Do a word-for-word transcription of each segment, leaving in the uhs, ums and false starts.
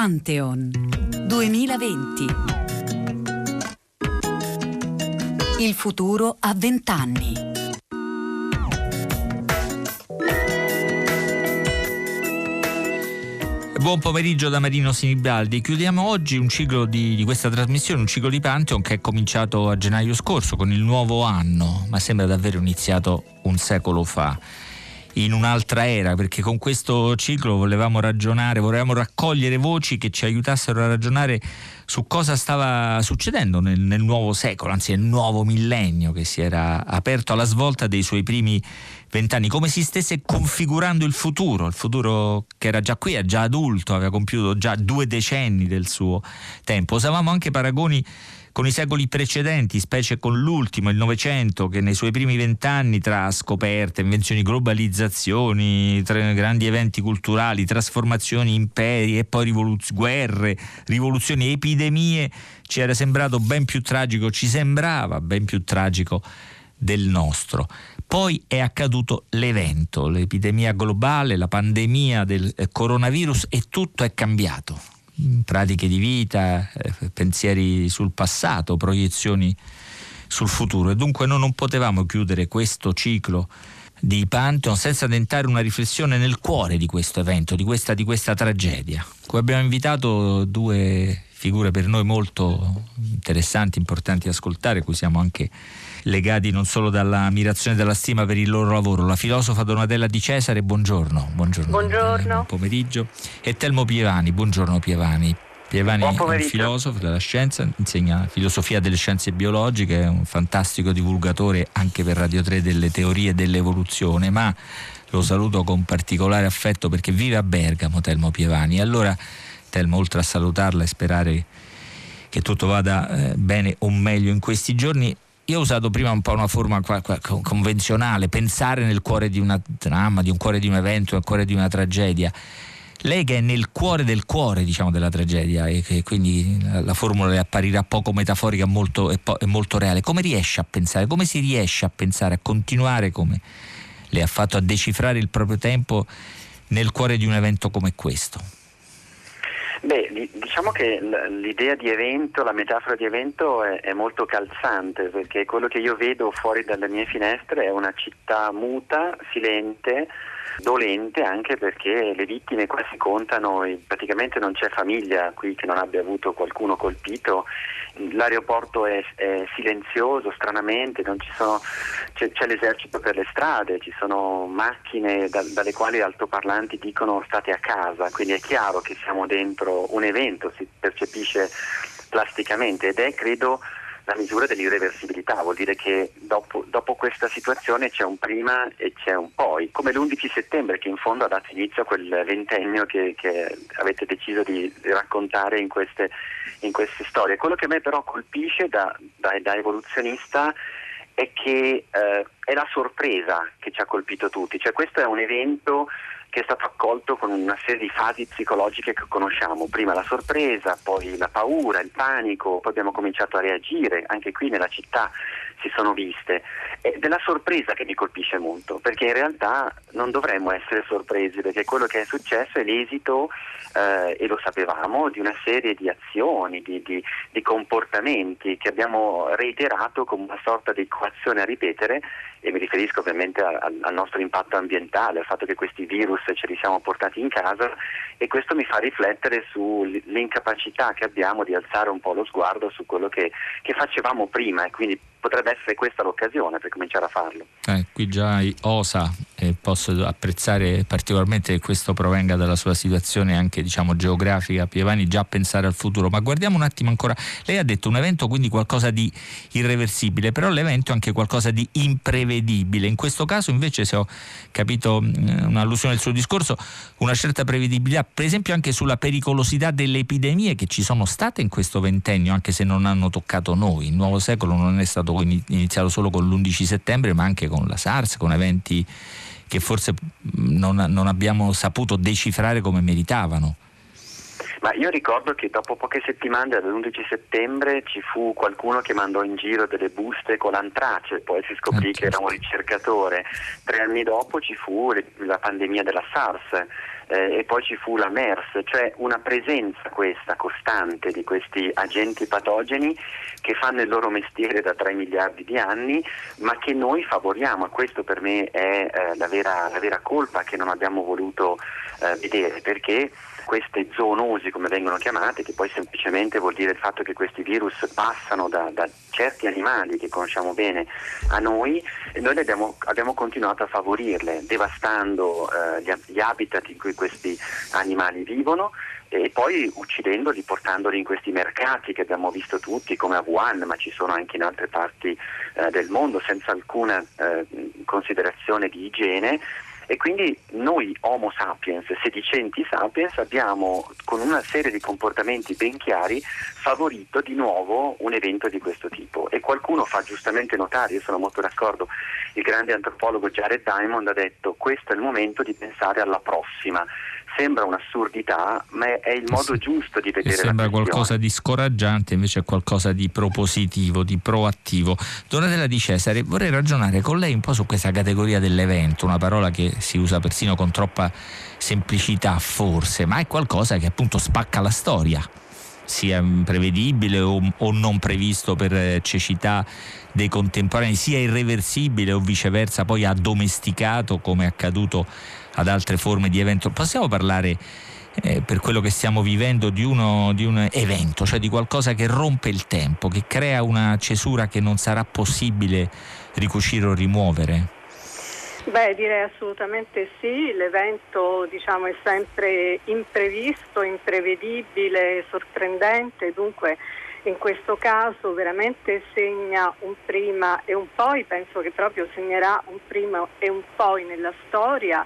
Pantheon duemilaventi. Il futuro a vent'anni. Buon pomeriggio da Marino Sinibaldi. Chiudiamo oggi un ciclo di, di questa trasmissione, un ciclo di Pantheon che è cominciato a gennaio scorso con il nuovo anno, ma sembra davvero iniziato un secolo fa, in un'altra era, perché con questo ciclo volevamo ragionare, volevamo raccogliere voci che ci aiutassero a ragionare su cosa stava succedendo nel, nel nuovo secolo, anzi nel nuovo millennio che si era aperto alla svolta dei suoi primi vent'anni, come si stesse configurando il futuro, il futuro che era già qui, è già adulto, aveva compiuto già due decenni del suo tempo. Usavamo anche paragoni con i secoli precedenti, specie con l'ultimo, il Novecento, che nei suoi primi vent'anni, tra scoperte, invenzioni, globalizzazioni, tra grandi eventi culturali, trasformazioni, imperi e poi rivoluz- guerre, rivoluzioni, epidemie, ci era sembrato ben più tragico, ci sembrava ben più tragico del nostro. Poi è accaduto l'evento, l'epidemia globale, la pandemia del coronavirus, e tutto è cambiato. Pratiche di vita, eh, pensieri sul passato, proiezioni sul futuro, e dunque noi non potevamo chiudere questo ciclo di Pantheon senza tentare una riflessione nel cuore di questo evento, di questa, di questa tragedia. Qui abbiamo invitato due figure per noi molto interessanti, importanti da ascoltare, cui siamo anche legati non solo dall'ammirazione e dalla stima per il loro lavoro. La filosofa Donatella Di Cesare, buongiorno. Buongiorno. Buongiorno. Buon pomeriggio. E Telmo Pievani, buongiorno Pievani. Pievani è un filosofo della scienza, insegna filosofia delle scienze biologiche, è un fantastico divulgatore anche per Radio tre delle teorie dell'evoluzione, ma lo saluto con particolare affetto perché vive a Bergamo, Telmo Pievani. Allora, Telmo, oltre a salutarla e sperare che tutto vada eh, bene o meglio in questi giorni, io ho usato prima un po' una forma qua, qua, convenzionale, pensare nel cuore di una dramma, di un cuore di un evento, nel cuore di una tragedia. Lei che è nel cuore del cuore, diciamo, della tragedia, e che quindi la formula le apparirà poco metaforica molto, e, po- e molto reale, come riesce a pensare, come si riesce a pensare, a continuare come le ha fatto, a decifrare il proprio tempo nel cuore di un evento come questo? Beh, diciamo che l'idea di evento, la metafora di evento è, è molto calzante, perché quello che io vedo fuori dalle mie finestre è una città muta, silente, dolente, anche perché le vittime qua si contano, praticamente non c'è famiglia qui che non abbia avuto qualcuno colpito. L'aeroporto è, è silenzioso, stranamente, non ci sono, c'è, c'è l'esercito per le strade, ci sono macchine da, dalle quali altoparlanti dicono state a casa, quindi è chiaro che siamo dentro un evento, si percepisce plasticamente, ed è, credo, la misura dell'irreversibilità. Vuol dire che dopo, dopo questa situazione c'è un prima e c'è un poi, come l'undici settembre, che in fondo ha dato inizio a quel ventennio che, che avete deciso di raccontare in queste, in queste storie. Quello che a me però colpisce da, da, da evoluzionista è che eh, è la sorpresa che ci ha colpito tutti, cioè questo è un evento che è stato accolto con una serie di fasi psicologiche che conosciamo, prima la sorpresa, poi la paura, il panico, poi abbiamo cominciato a reagire, anche qui nella città si sono viste, ed è la sorpresa che mi colpisce molto, perché in realtà non dovremmo essere sorpresi, perché quello che è successo è l'esito, eh, e lo sapevamo, di una serie di azioni, di, di, di comportamenti che abbiamo reiterato come una sorta di coazione a ripetere, e mi riferisco ovviamente al, al nostro impatto ambientale, al fatto che questi virus ce li siamo portati in casa, e questo mi fa riflettere sull'incapacità che abbiamo di alzare un po' lo sguardo su quello che, che facevamo prima, e quindi potrebbe essere questa l'occasione per cominciare a farlo. Eh, qui già osa, e posso apprezzare particolarmente che questo provenga dalla sua situazione anche, diciamo, geografica, Pievani, già pensare al futuro. Ma guardiamo un attimo ancora, lei ha detto un evento, quindi qualcosa di irreversibile, però l'evento è anche qualcosa di imprevedibile. In questo caso invece, se ho capito un'allusione al suo discorso, una certa prevedibilità, per esempio anche sulla pericolosità delle epidemie che ci sono state in questo ventennio, anche se non hanno toccato noi. Il nuovo secolo non è stato iniziato solo con l'undici settembre, ma anche con la SARS, con eventi che forse non, non abbiamo saputo decifrare come meritavano. Ma io ricordo che dopo poche settimane dall'undici settembre ci fu qualcuno che mandò in giro delle buste con l'antrace, poi si scoprì okay. che era un ricercatore. Tre anni dopo ci fu le, la pandemia della SARS. eh, e poi ci fu la MERS, cioè una presenza questa costante di questi agenti patogeni che fanno il loro mestiere da tre miliardi di anni, ma che noi favoriamo. Questo per me è eh, la, vera, la vera colpa che non abbiamo voluto eh, vedere, perché queste zoonosi, come vengono chiamate, che poi semplicemente vuol dire il fatto che questi virus passano da, da certi animali che conosciamo bene a noi, e noi abbiamo, abbiamo continuato a favorirle, devastando eh, gli, gli habitat in cui questi animali vivono, e poi uccidendoli, portandoli in questi mercati che abbiamo visto tutti, come a Wuhan, ma ci sono anche in altre parti eh, del mondo, senza alcuna eh, considerazione di igiene. E quindi noi Homo sapiens, sedicenti sapiens, abbiamo con una serie di comportamenti ben chiari favorito di nuovo un evento di questo tipo. E qualcuno fa giustamente notare, io sono molto d'accordo, il grande antropologo Jared Diamond ha detto: questo è il momento di pensare alla prossima. Sembra un'assurdità, ma è il modo giusto di vedere la sembra questione. Qualcosa di scoraggiante, invece è qualcosa di propositivo, di proattivo. Donatella Di Cesare, vorrei ragionare con lei un po' su questa categoria dell'evento, una parola che si usa persino con troppa semplicità forse, ma è qualcosa che appunto spacca la storia, sia prevedibile o, o non previsto per cecità dei contemporanei, sia irreversibile o viceversa poi addomesticato, come è accaduto ad altre forme di evento. Possiamo parlare eh, per quello che stiamo vivendo di uno di un evento, cioè di qualcosa che rompe il tempo, che crea una cesura che non sarà possibile ricucire o rimuovere? Beh, direi assolutamente sì. L'evento, diciamo, è sempre imprevisto, imprevedibile, sorprendente, dunque in questo caso veramente segna un prima e un poi, penso che proprio segnerà un prima e un poi nella storia,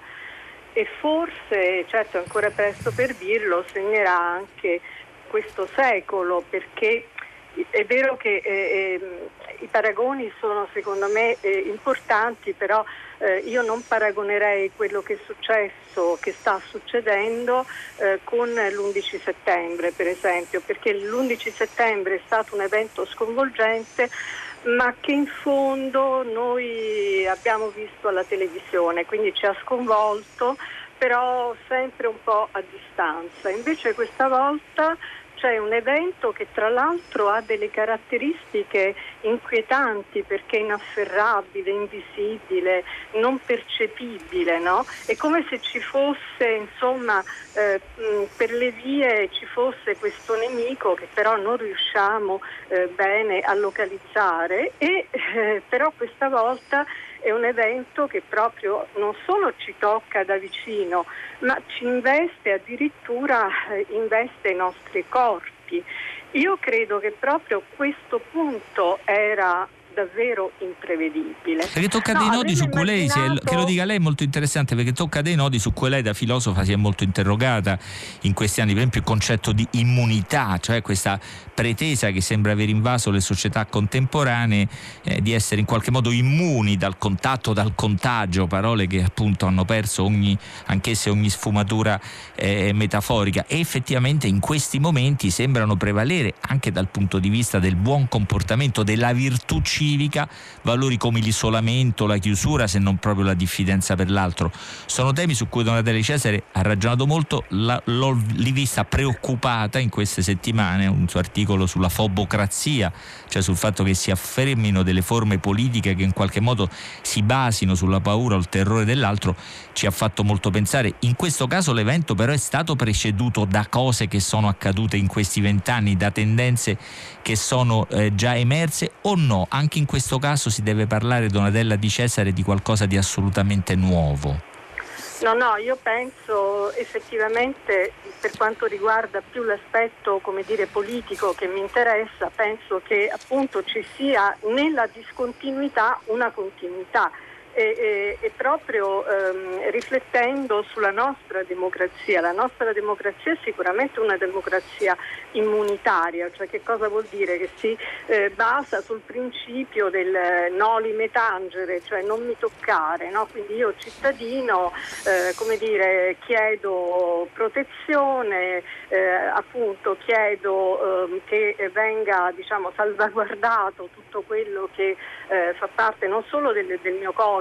e forse, certo è ancora presto per dirlo, segnerà anche questo secolo, perché è vero che eh, eh, i paragoni sono secondo me eh, importanti, però eh, io non paragonerei quello che è successo, che sta succedendo eh, con l'undici settembre per esempio, perché l'undici settembre è stato un evento sconvolgente, ma che in fondo noi abbiamo visto alla televisione, quindi ci ha sconvolto, però sempre un po' a distanza. Invece questa volta c'è un evento che tra l'altro ha delle caratteristiche inquietanti, perché è inafferrabile, invisibile, non percepibile, no? È come se ci fosse, insomma, eh, per le vie ci fosse questo nemico che però non riusciamo eh, bene a localizzare, e eh, però questa volta è un evento che proprio non solo ci tocca da vicino, ma ci investe, addirittura eh, investe i nostri corpi. Io credo che proprio questo punto era davvero imprevedibile. Perché tocca no, dei nodi su cui lei, immaginato... si è, che lo dica lei, è molto interessante, perché tocca dei nodi su cui lei da filosofa si è molto interrogata in questi anni. Per esempio il concetto di immunità, cioè questa pretesa che sembra aver invaso le società contemporanee eh, di essere in qualche modo immuni dal contatto, dal contagio, parole che appunto hanno perso ogni, anch'esse ogni sfumatura eh, metaforica, e effettivamente in questi momenti sembrano prevalere, anche dal punto di vista del buon comportamento, della virtù civica, valori come l'isolamento, la chiusura, se non proprio la diffidenza per l'altro. Sono temi su cui Donatella Di Cesare ha ragionato molto, la, l'ho vista preoccupata in queste settimane, un suo articolo sulla fobocrazia, cioè sul fatto che si affermino delle forme politiche che in qualche modo si basino sulla paura o il terrore dell'altro, ci ha fatto molto pensare. In questo caso l'evento però è stato preceduto da cose che sono accadute in questi vent'anni, da tendenze che sono eh, già emerse, o no? Anche in questo caso si deve parlare, Donatella Di Cesare, di qualcosa di assolutamente nuovo? No, no, io penso effettivamente, per quanto riguarda più l'aspetto, come dire, politico che mi interessa, penso che appunto ci sia nella discontinuità una continuità. E, e, e proprio ehm, riflettendo sulla nostra democrazia, la nostra democrazia è sicuramente una democrazia immunitaria, cioè che cosa vuol dire? Che si eh, basa sul principio del noli me tangere, cioè non mi toccare, no? Quindi io cittadino, eh, come dire, chiedo protezione, eh, appunto chiedo eh, che venga, diciamo, salvaguardato tutto quello che eh, fa parte non solo del, del mio corpo,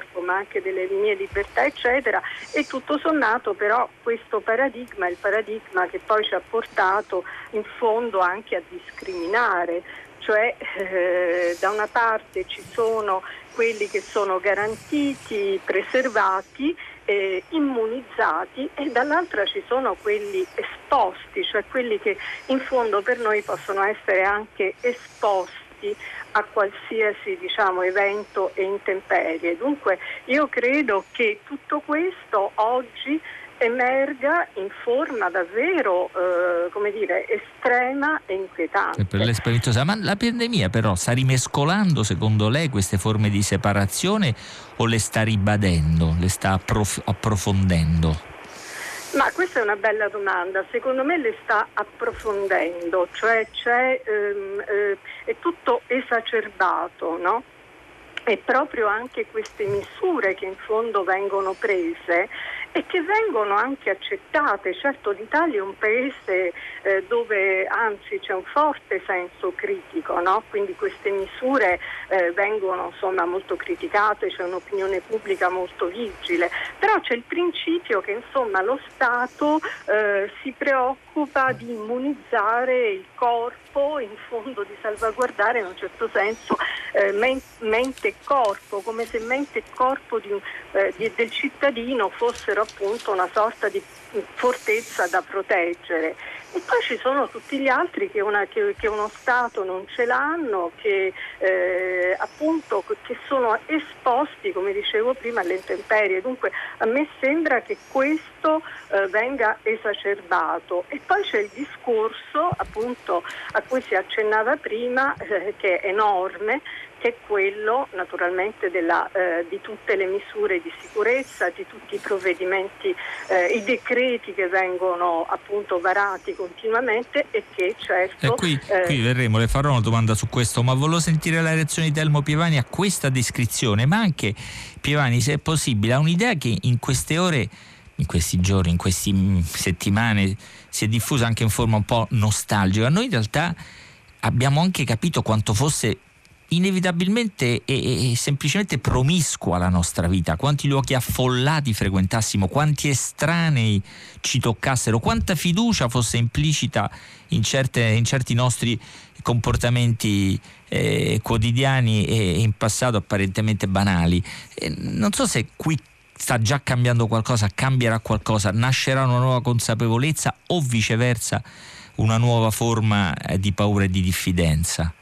corpo, ma anche delle mie libertà, eccetera, e tutto sommato però questo paradigma è il paradigma che poi ci ha portato in fondo anche a discriminare, cioè eh, da una parte ci sono quelli che sono garantiti, preservati, eh, immunizzati, e dall'altra ci sono quelli esposti, cioè quelli che in fondo per noi possono essere anche esposti a qualsiasi, diciamo, evento e intemperie. Dunque io credo che tutto questo oggi emerga in forma davvero, eh, come dire, estrema e inquietante. Per lei spaventosa. Ma la pandemia però sta rimescolando, secondo lei, queste forme di separazione o le sta ribadendo, le sta approf- approfondendo? Ma questa è una bella domanda, secondo me le sta approfondendo, cioè c'è, ehm, eh, è tutto esacerbato, no? E proprio anche queste misure che in fondo vengono prese e che vengono anche accettate. Certo, l'Italia è un paese eh, dove anzi c'è un forte senso critico, no? Quindi queste misure eh, vengono insomma molto criticate, c'è un'opinione pubblica molto vigile, però c'è il principio che insomma lo Stato eh, si preoccupa di immunizzare il corpo, in fondo di salvaguardare in un certo senso eh, men- mente e corpo, come se mente e corpo di, eh, di, del cittadino fossero appunto una sorta di fortezza da proteggere. E poi ci sono tutti gli altri che, una, che, che uno Stato non ce l'hanno, che eh, appunto che sono esposti, come dicevo prima, alle intemperie. Dunque a me sembra che questo eh, venga esacerbato. E poi c'è il discorso appunto a cui si accennava prima, eh, che è enorme, che è quello naturalmente della, eh, di tutte le misure di sicurezza, di tutti i provvedimenti, eh, i decreti che vengono appunto varati continuamente e che certo... E qui, eh, qui verremo, le farò una domanda su questo, ma volevo sentire la reazione di Telmo Pievani a questa descrizione, ma anche Pievani, se è possibile, ha un'idea che in queste ore, in questi giorni, in queste settimane si è diffusa anche in forma un po' nostalgica. Noi in realtà abbiamo anche capito quanto fosse inevitabilmente e, e semplicemente promiscua la nostra vita, quanti luoghi affollati frequentassimo, quanti estranei ci toccassero, quanta fiducia fosse implicita in, certe, in certi nostri comportamenti eh, quotidiani e in passato apparentemente banali. E non so se qui sta già cambiando qualcosa, cambierà qualcosa, nascerà una nuova consapevolezza o viceversa una nuova forma di paura e di diffidenza.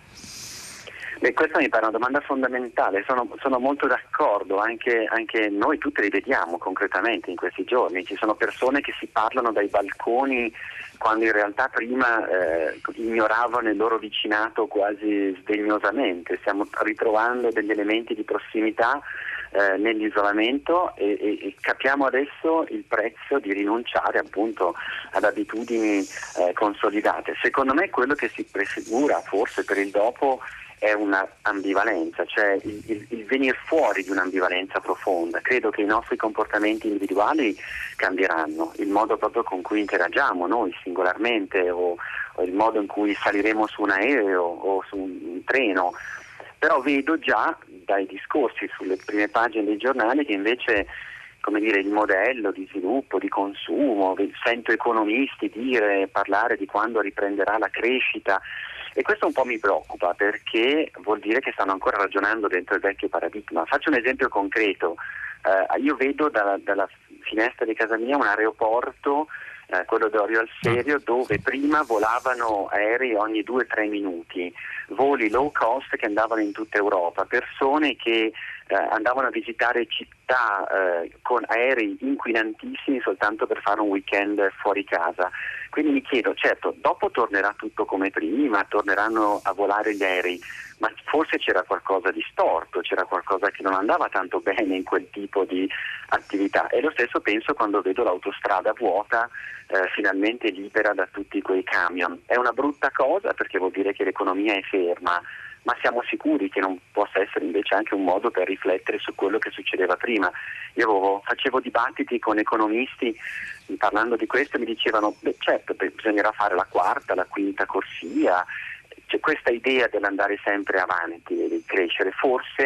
Beh, questa mi pare una domanda fondamentale, sono, sono molto d'accordo, anche, anche noi tutti li vediamo concretamente in questi giorni, ci sono persone che si parlano dai balconi quando in realtà prima eh, ignoravano il loro vicinato quasi sdegnosamente. Stiamo ritrovando degli elementi di prossimità eh, nell'isolamento e, e, e capiamo adesso il prezzo di rinunciare appunto ad abitudini eh, consolidate. Secondo me quello che si prefigura forse per il dopo è una ambivalenza, cioè il, il, il venir fuori di un'ambivalenza profonda. Credo che i nostri comportamenti individuali cambieranno, il modo proprio con cui interagiamo noi singolarmente o, o il modo in cui saliremo su un aereo o su un, un treno, però vedo già dai discorsi sulle prime pagine dei giornali che invece, come dire, il modello di sviluppo, di consumo, sento economisti dire, parlare di quando riprenderà la crescita. E questo un po' mi preoccupa perché vuol dire che stanno ancora ragionando dentro il vecchio paradigma. Faccio un esempio concreto, eh, io vedo dalla, dalla finestra di casa mia un aeroporto, eh, quello d'Orio al Serio, dove prima volavano aerei ogni due o tre minuti, voli low cost che andavano in tutta Europa, persone che eh, andavano a visitare città eh, con aerei inquinantissimi soltanto per fare un weekend fuori casa. Quindi mi chiedo, certo, dopo tornerà tutto come prima, torneranno a volare gli aerei, ma forse c'era qualcosa di storto, c'era qualcosa che non andava tanto bene in quel tipo di attività. E lo stesso penso quando vedo l'autostrada vuota, eh, finalmente libera da tutti quei camion. È una brutta cosa perché vuol dire che l'economia è ferma, ma siamo sicuri che non possa essere invece anche un modo per riflettere su quello che succedeva prima. Io avevo, facevo dibattiti con economisti parlando di questo e mi dicevano beh, certo bisognerà fare la quarta, la quinta corsia, c'è questa idea dell'andare sempre avanti e di crescere, forse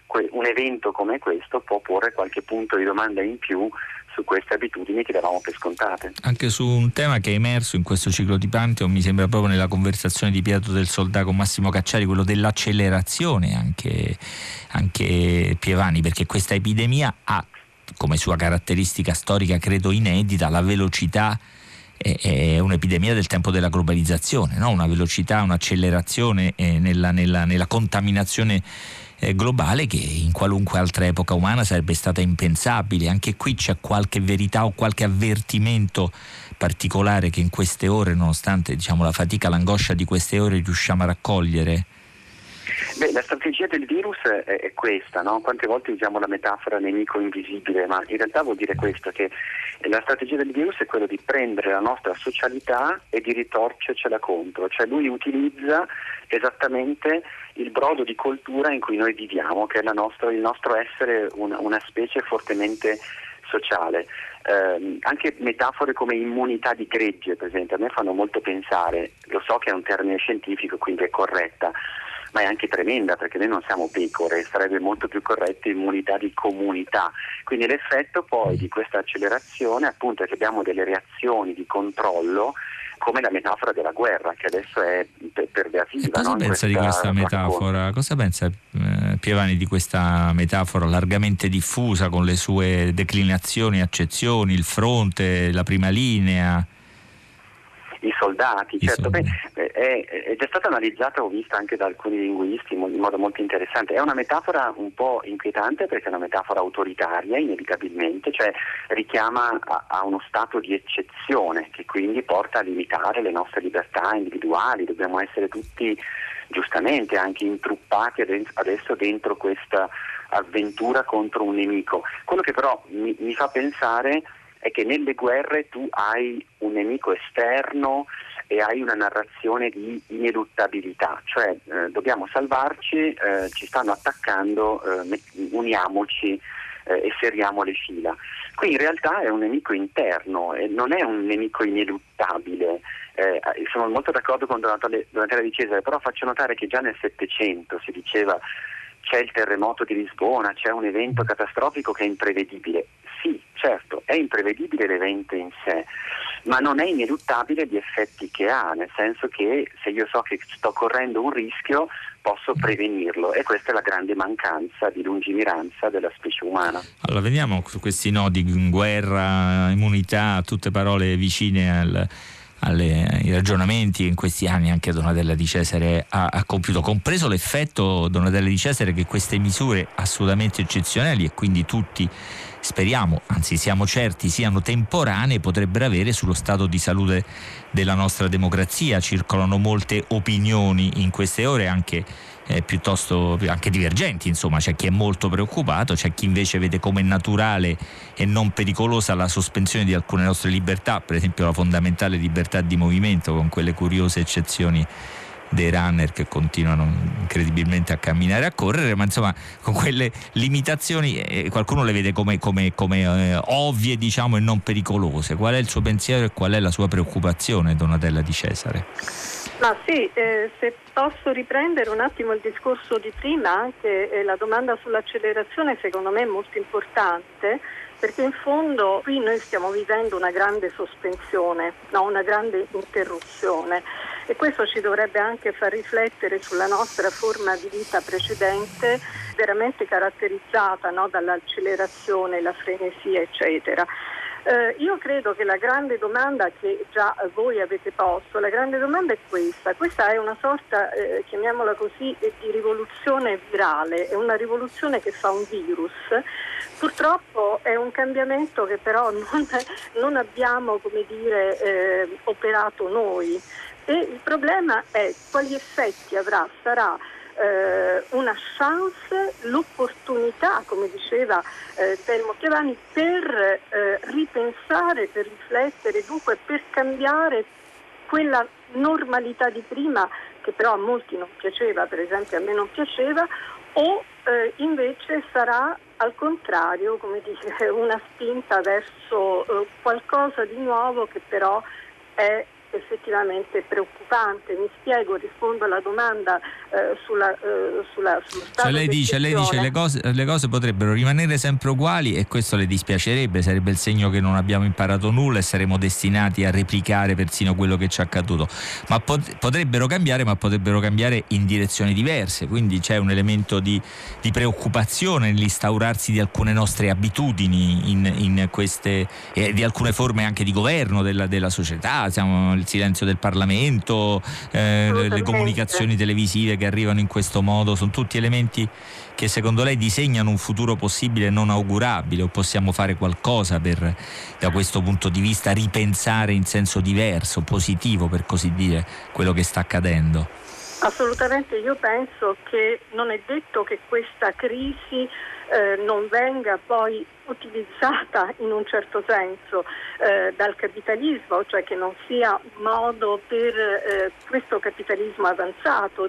que- un evento come questo può porre qualche punto di domanda in più su queste abitudini che davamo per scontate. Anche su un tema che è emerso in questo ciclo di Pantheon, mi sembra proprio nella conversazione di Pietro del Soldà con Massimo Cacciari, quello dell'accelerazione anche, anche Pievani, perché questa epidemia ha come sua caratteristica storica credo inedita la velocità. È un'epidemia del tempo della globalizzazione, no? Una velocità, un'accelerazione eh, nella, nella, nella contaminazione eh, globale che in qualunque altra epoca umana sarebbe stata impensabile. Anche qui c'è qualche verità o qualche avvertimento particolare che in queste ore, nonostante diciamo la fatica, l'angoscia di queste ore, riusciamo a raccogliere? Beh, la strategia del virus è, è questa, no? Quante volte usiamo la metafora nemico invisibile, ma in realtà vuol dire questo, che la strategia del virus è quella di prendere la nostra socialità e di ritorcercela contro, cioè lui utilizza esattamente il brodo di coltura in cui noi viviamo, che è la nostra, il nostro essere una, una specie fortemente sociale. Eh, anche metafore come immunità di gregge, per esempio, a me fanno molto pensare, lo so che è un termine scientifico, quindi è corretta, ma è anche tremenda, perché noi non siamo pecore, sarebbe molto più corretto immunità di comunità. Quindi l'effetto poi di questa accelerazione appunto è che abbiamo delle reazioni di controllo, come la metafora della guerra, che adesso è pervasiva. E cosa no? pensa questa, di questa metafora? Racconto. Cosa pensa eh, Pievani di questa metafora largamente diffusa, con le sue declinazioni, accezioni, il fronte, la prima linea? I soldati, I certo, soldati. Beh, è, è già stata analizzata, ho visto anche da alcuni linguisti in modo molto interessante. È una metafora un po' inquietante perché è una metafora autoritaria, inevitabilmente, cioè richiama a, a uno stato di eccezione che quindi porta a limitare le nostre libertà individuali. Dobbiamo essere tutti giustamente anche intruppati adesso dentro questa avventura contro un nemico. Quello che però mi, mi fa pensare è che nelle guerre tu hai un nemico esterno e hai una narrazione di ineluttabilità, cioè eh, dobbiamo salvarci, eh, ci stanno attaccando, eh, uniamoci eh, e serriamo le fila. Qui in realtà è un nemico interno e non è un nemico ineluttabile. Eh, sono molto d'accordo con Donatella, Donatella Di Cesare, però faccio notare che già nel Settecento si diceva c'è il terremoto di Lisbona, c'è un evento catastrofico che è imprevedibile. Sì, certo, è imprevedibile l'evento in sé, ma non è ineluttabile gli effetti che ha, nel senso che se io so che sto correndo un rischio posso prevenirlo, e questa è la grande mancanza di lungimiranza della specie umana. Allora veniamo su questi nodi, guerra, immunità, tutte parole vicine al ai ragionamenti che in questi anni anche Donatella Di Cesare ha, ha compiuto, compreso l'effetto, Donatella Di Cesare, che queste misure assolutamente eccezionali e quindi tutti speriamo, anzi siamo certi siano temporanee, potrebbero avere sullo stato di salute della nostra democrazia. Circolano molte opinioni in queste ore, anche eh, piuttosto anche divergenti, insomma c'è chi è molto preoccupato, c'è chi invece vede come naturale e non pericolosa la sospensione di alcune nostre libertà, per esempio la fondamentale libertà di movimento, con quelle curiose eccezioni dei runner che continuano incredibilmente a camminare e a correre, ma insomma con quelle limitazioni eh, qualcuno le vede come, come, come eh, ovvie, diciamo, e non pericolose. Qual è il suo pensiero e qual è la sua preoccupazione, Donatella Di Cesare? Ma sì, eh, se posso riprendere un attimo il discorso di prima, anche eh, la domanda sull'accelerazione secondo me è molto importante, perché in fondo qui noi stiamo vivendo una grande sospensione, no? Una grande interruzione, e questo ci dovrebbe anche far riflettere sulla nostra forma di vita precedente, veramente caratterizzata, no? Dall'accelerazione, la frenesia, eccetera. Eh, io credo che la grande domanda che già voi avete posto, la grande domanda è questa, questa è una sorta, eh, chiamiamola così, di rivoluzione virale, è una rivoluzione che fa un virus. Purtroppo è un cambiamento che però non, non abbiamo, come dire, eh, operato noi, e il problema è quali effetti avrà. Sarà eh, una chance, l'opportunità, come diceva eh, Telmo Pievani, per eh, ripensare, per riflettere, dunque per cambiare quella normalità di prima che però a molti non piaceva, per esempio a me non piaceva, o eh, invece sarà al contrario, come dire, una spinta verso eh, qualcosa di nuovo che però è effettivamente preoccupante. Mi spiego, rispondo alla domanda eh, sulla, eh, sulla, sullo stato cioè lei dice, lei dice le cose, le cose potrebbero rimanere sempre uguali e questo le dispiacerebbe, sarebbe il segno che non abbiamo imparato nulla e saremo destinati a replicare persino quello che ci è accaduto, ma pot- potrebbero cambiare, ma potrebbero cambiare in direzioni diverse, quindi c'è un elemento di, di preoccupazione nell'instaurarsi di alcune nostre abitudini in, in queste, eh, di alcune forme anche di governo della, della società, siamo il silenzio del Parlamento, eh, le comunicazioni televisive che arrivano in questo modo, sono tutti elementi che secondo lei disegnano un futuro possibile non augurabile, o possiamo fare qualcosa per, da questo punto di vista, ripensare in senso diverso, positivo per così dire, quello che sta accadendo? Assolutamente, io penso che non è detto che questa crisi eh, non venga poi utilizzata in un certo senso eh, dal capitalismo, cioè che non sia modo per eh, questo capitalismo avanzato,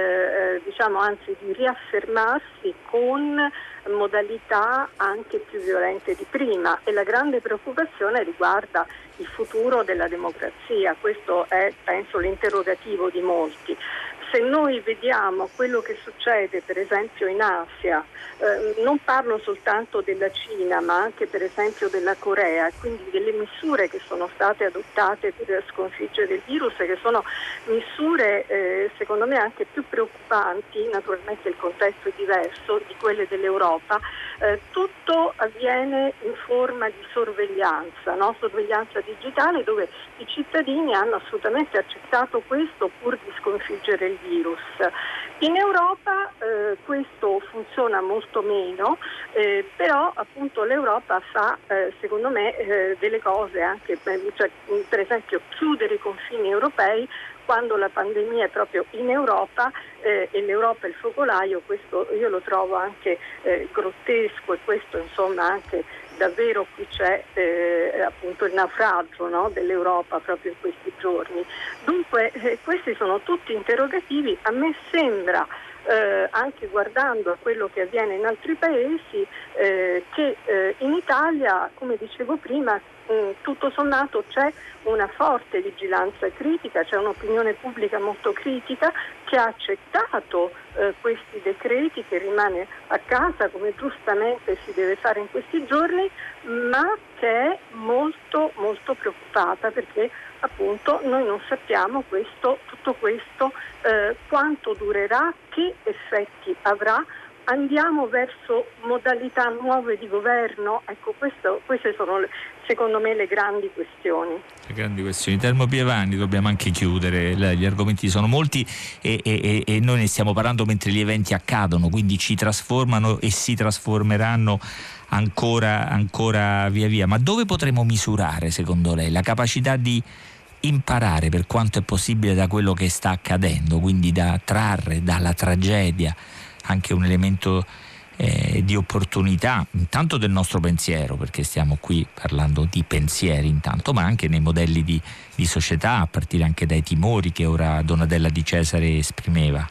eh, diciamo anzi di riaffermarsi con modalità anche più violente di prima, e la grande preoccupazione riguarda il futuro della democrazia. Questo è, penso, l'interrogativo di molti. Se noi vediamo quello che succede per esempio in Asia, eh, non parlo soltanto della Cina ma anche per esempio della Corea, quindi delle misure che sono state adottate per sconfiggere il virus, che sono misure eh, secondo me anche più preoccupanti, naturalmente il contesto è diverso di quelle dell'Europa, eh, tutto avviene in forma di sorveglianza, no? Sorveglianza digitale, dove i cittadini hanno assolutamente accettato questo pur di sconfiggere il virus. In Europa eh, questo funziona molto meno, eh, però appunto l'Europa fa eh, secondo me eh, delle cose anche, cioè, per esempio chiudere i confini europei quando la pandemia è proprio in Europa eh, e l'Europa è il focolaio. Questo io lo trovo anche eh, grottesco, e questo insomma anche davvero qui c'è eh, appunto il naufragio, no, dell'Europa proprio in questi giorni. Dunque eh, questi sono tutti interrogativi. A me sembra, eh, anche guardando a quello che avviene in altri paesi, eh, che eh, in Italia, come dicevo prima, mh, tutto sommato c'è una forte vigilanza critica, c'è un'opinione pubblica molto critica che ha accettato eh, questi decreti, che rimane a casa come giustamente si deve fare in questi giorni, ma che è molto molto preoccupata perché appunto noi non sappiamo questo, tutto questo eh, quanto durerà, che effetti avrà. Andiamo verso modalità nuove di governo? Ecco, questo, queste sono le, secondo me le grandi questioni. Le grandi questioni. Termo Pievani, dobbiamo anche chiudere, gli argomenti sono molti e, e, e noi ne stiamo parlando mentre gli eventi accadono, quindi ci trasformano e si trasformeranno ancora, ancora via via. Ma dove potremo misurare, secondo lei, la capacità di imparare per quanto è possibile da quello che sta accadendo, quindi da trarre dalla tragedia anche un elemento eh, di opportunità, intanto del nostro pensiero, perché stiamo qui parlando di pensieri intanto, ma anche nei modelli di, di società, a partire anche dai timori che ora Donatella Di Cesare esprimeva?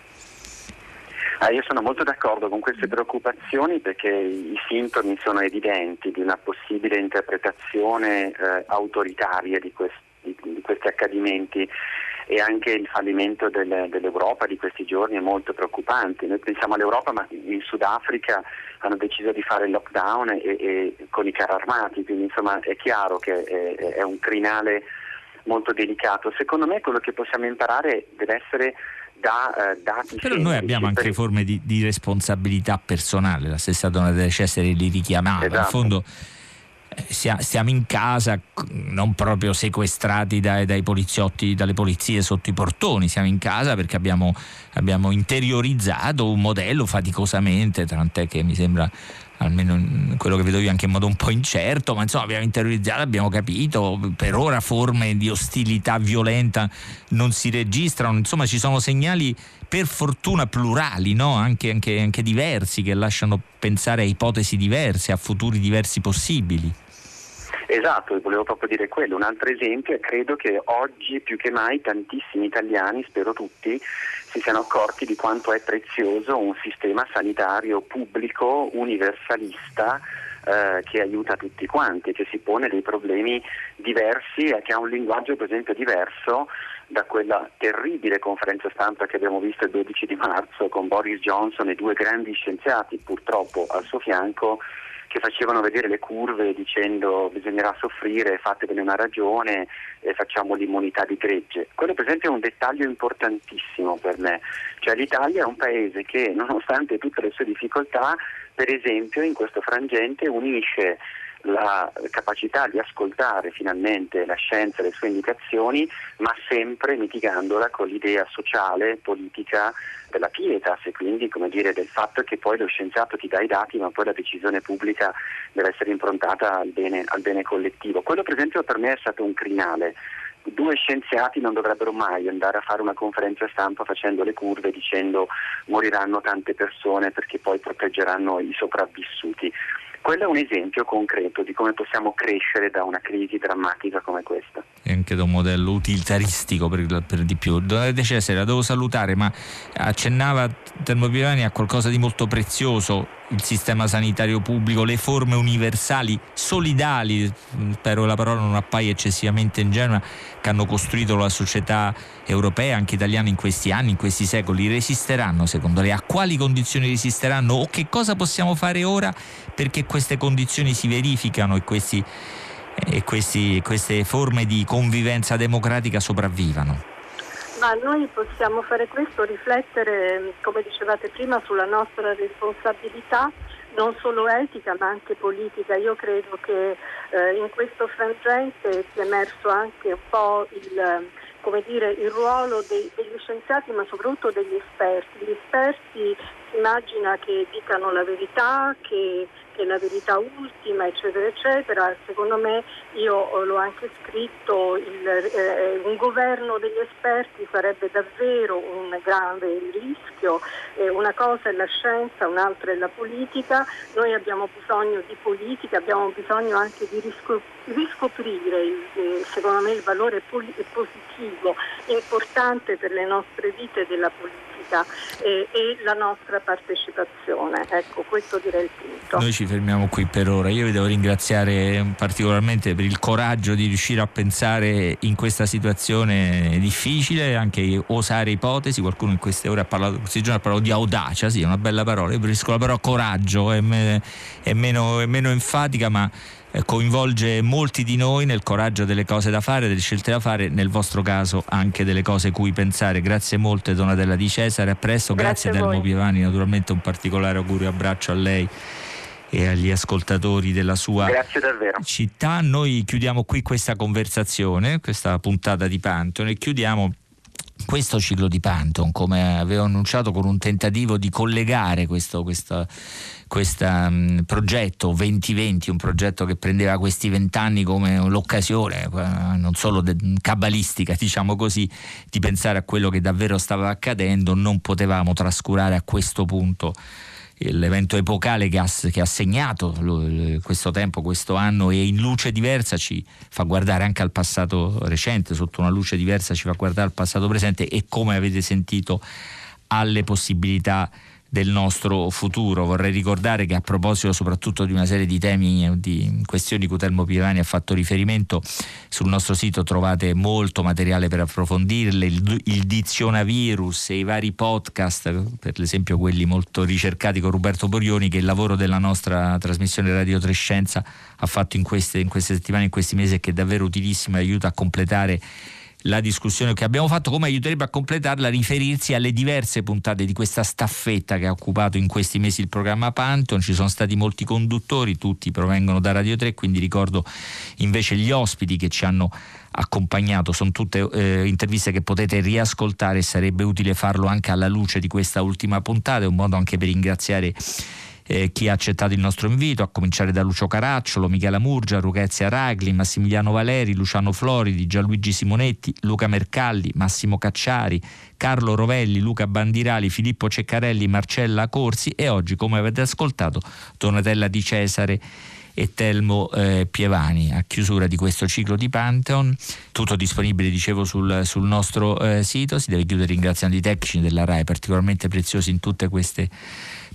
Ah, io sono molto d'accordo con queste preoccupazioni, perché i sintomi sono evidenti di una possibile interpretazione eh, autoritaria di, quest- di, di questi accadimenti, e anche il fallimento del, dell'Europa di questi giorni è molto preoccupante. Noi pensiamo all'Europa, ma in Sudafrica hanno deciso di fare il lockdown e, e con i carri armati, quindi insomma è chiaro che è, è un crinale molto delicato. Secondo me quello che possiamo imparare deve essere da uh, dati però semplici. Noi abbiamo anche per... forme di, di responsabilità personale, la stessa Donatella Cesare li richiamava. Esatto. In fondo stiamo in casa, non proprio sequestrati dai, dai poliziotti, dalle polizie sotto i portoni, siamo in casa perché abbiamo, abbiamo interiorizzato un modello faticosamente, tant'è che mi sembra, almeno quello che vedo io, anche in modo un po' incerto, ma insomma abbiamo interiorizzato, abbiamo capito, per ora forme di ostilità violenta non si registrano, insomma ci sono segnali per fortuna plurali, no? anche, anche, anche diversi, che lasciano pensare a ipotesi diverse, a futuri diversi possibili. Esatto, volevo proprio dire quello. Un altro esempio è, credo che oggi più che mai tantissimi italiani, spero tutti, si siano accorti di quanto è prezioso un sistema sanitario pubblico, universalista, eh, che aiuta tutti quanti, che si pone dei problemi diversi e che ha un linguaggio per esempio diverso da quella terribile conferenza stampa che abbiamo visto il dodici di marzo con Boris Johnson e due grandi scienziati purtroppo al suo fianco che facevano vedere le curve dicendo bisognerà soffrire, fatevene una ragione e facciamo l'immunità di gregge. Quello per esempio è un dettaglio importantissimo per me, cioè l'Italia è un paese che nonostante tutte le sue difficoltà, per esempio in questo frangente unisce la capacità di ascoltare finalmente la scienza e le sue indicazioni, ma sempre mitigandola con l'idea sociale, politica della pietas e quindi come dire del fatto che poi lo scienziato ti dà i dati ma poi la decisione pubblica deve essere improntata al bene, al bene collettivo. Quello per esempio per me è stato un crinale. Due scienziati non dovrebbero mai andare a fare una conferenza stampa facendo le curve dicendo moriranno tante persone perché poi proteggeranno i sopravvissuti. Quello è un esempio concreto di come possiamo crescere da una crisi drammatica come questa. E anche da un modello utilitaristico per, per di più. De Cesare, la devo salutare, ma accennava Telmo Pievani a qualcosa di molto prezioso, il sistema sanitario pubblico, le forme universali, solidali, spero la parola non appaia eccessivamente ingenua, che hanno costruito la società europea, anche italiana in questi anni, in questi secoli. Resisteranno secondo lei? A quali condizioni resisteranno? O che cosa possiamo fare ora perché queste condizioni si verificano e questi e questi, queste forme di convivenza democratica sopravvivano? Ma noi possiamo fare questo, riflettere, come dicevate prima, sulla nostra responsabilità, non solo etica ma anche politica. Io credo che eh, in questo frangente sia emerso anche un po' il, come dire, il ruolo dei, degli scienziati ma soprattutto degli esperti. Gli esperti si immagina che dicano la verità, che che la verità ultima, eccetera, eccetera. Secondo me, io l'ho anche scritto, il, eh, un governo degli esperti sarebbe davvero un grave rischio. Eh, una cosa è la scienza, un'altra è la politica. Noi abbiamo bisogno di politica, abbiamo bisogno anche di riscop- riscoprire, il, secondo me, il valore poli- positivo, importante per le nostre vite della politica e, e la nostra partecipazione. Ecco, questo direi il punto. Noi ci fermiamo qui per ora. Io vi devo ringraziare particolarmente per il coraggio di riuscire a pensare in questa situazione difficile, anche osare ipotesi. Qualcuno in queste ore ha parlato, questi giorni ha parlato di audacia, sì, è una bella parola. Io preferisco la parola coraggio, è, me, è, meno, è meno enfatica, ma coinvolge molti di noi nel coraggio delle cose da fare, delle scelte da fare, nel vostro caso anche delle cose cui pensare. Grazie molte Donatella Di Cesare, a presto. Grazie, grazie a Telmo Pievani, naturalmente un particolare augurio e abbraccio a lei e agli ascoltatori della sua Grazie davvero. città. Noi chiudiamo qui questa conversazione, questa puntata di Pantheon, e chiudiamo questo ciclo di Pantheon, come avevo annunciato, con un tentativo di collegare questo, questo, questo um, progetto venti venti, un progetto che prendeva questi vent'anni come l'occasione, non solo de- cabalistica, diciamo così, di pensare a quello che davvero stava accadendo. Non potevamo trascurare a questo punto l'evento epocale che ha, che ha segnato lo, questo tempo, questo anno, e in luce diversa ci fa guardare anche al passato recente, sotto una luce diversa ci fa guardare al passato presente e, come avete sentito, alle possibilità del nostro futuro. Vorrei ricordare che, a proposito soprattutto di una serie di temi, di questioni cui Telmo Pievani ha fatto riferimento, sul nostro sito trovate molto materiale per approfondirle, il, il dizionavirus e i vari podcast, per esempio quelli molto ricercati con Roberto Borioni, che il lavoro della nostra trasmissione Radio tre Scienza ha fatto in queste, in queste settimane, in questi mesi, e che è davvero utilissimo e aiuta a completare la discussione che abbiamo fatto, come aiuterebbe a completarla a riferirsi alle diverse puntate di questa staffetta che ha occupato in questi mesi il programma Pantheon. Ci sono stati molti conduttori, tutti provengono da Radio tre, quindi ricordo invece gli ospiti che ci hanno accompagnato. Sono tutte eh, interviste che potete riascoltare, e sarebbe utile farlo anche alla luce di questa ultima puntata. È un modo anche per ringraziare Eh, chi ha accettato il nostro invito, a cominciare da Lucio Caracciolo, Michela Murgia, Lucrezia Ragli, Massimiliano Valeri, Luciano Floridi, Gianluigi Simonetti, Luca Mercalli, Massimo Cacciari, Carlo Rovelli, Luca Bandirali, Filippo Ceccarelli, Marcella Corsi e oggi, come avete ascoltato, Donatella Di Cesare e Telmo eh, Pievani. A chiusura di questo ciclo di Pantheon, tutto disponibile, dicevo, sul, sul nostro eh, sito. Si deve chiudere ringraziando i tecnici della RAI, particolarmente preziosi in tutte queste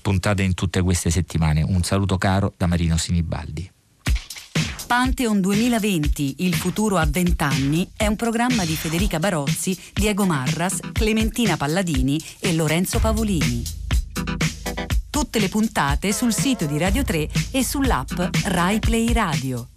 puntate in tutte queste settimane. Un saluto caro da Marino Sinibaldi. Pantheon duemilaventi, il futuro a vent'anni, è un programma di Federica Barozzi, Diego Marras, Clementina Palladini e Lorenzo Pavolini. Tutte le puntate sul sito di Radio tre e sull'app Rai Play Radio.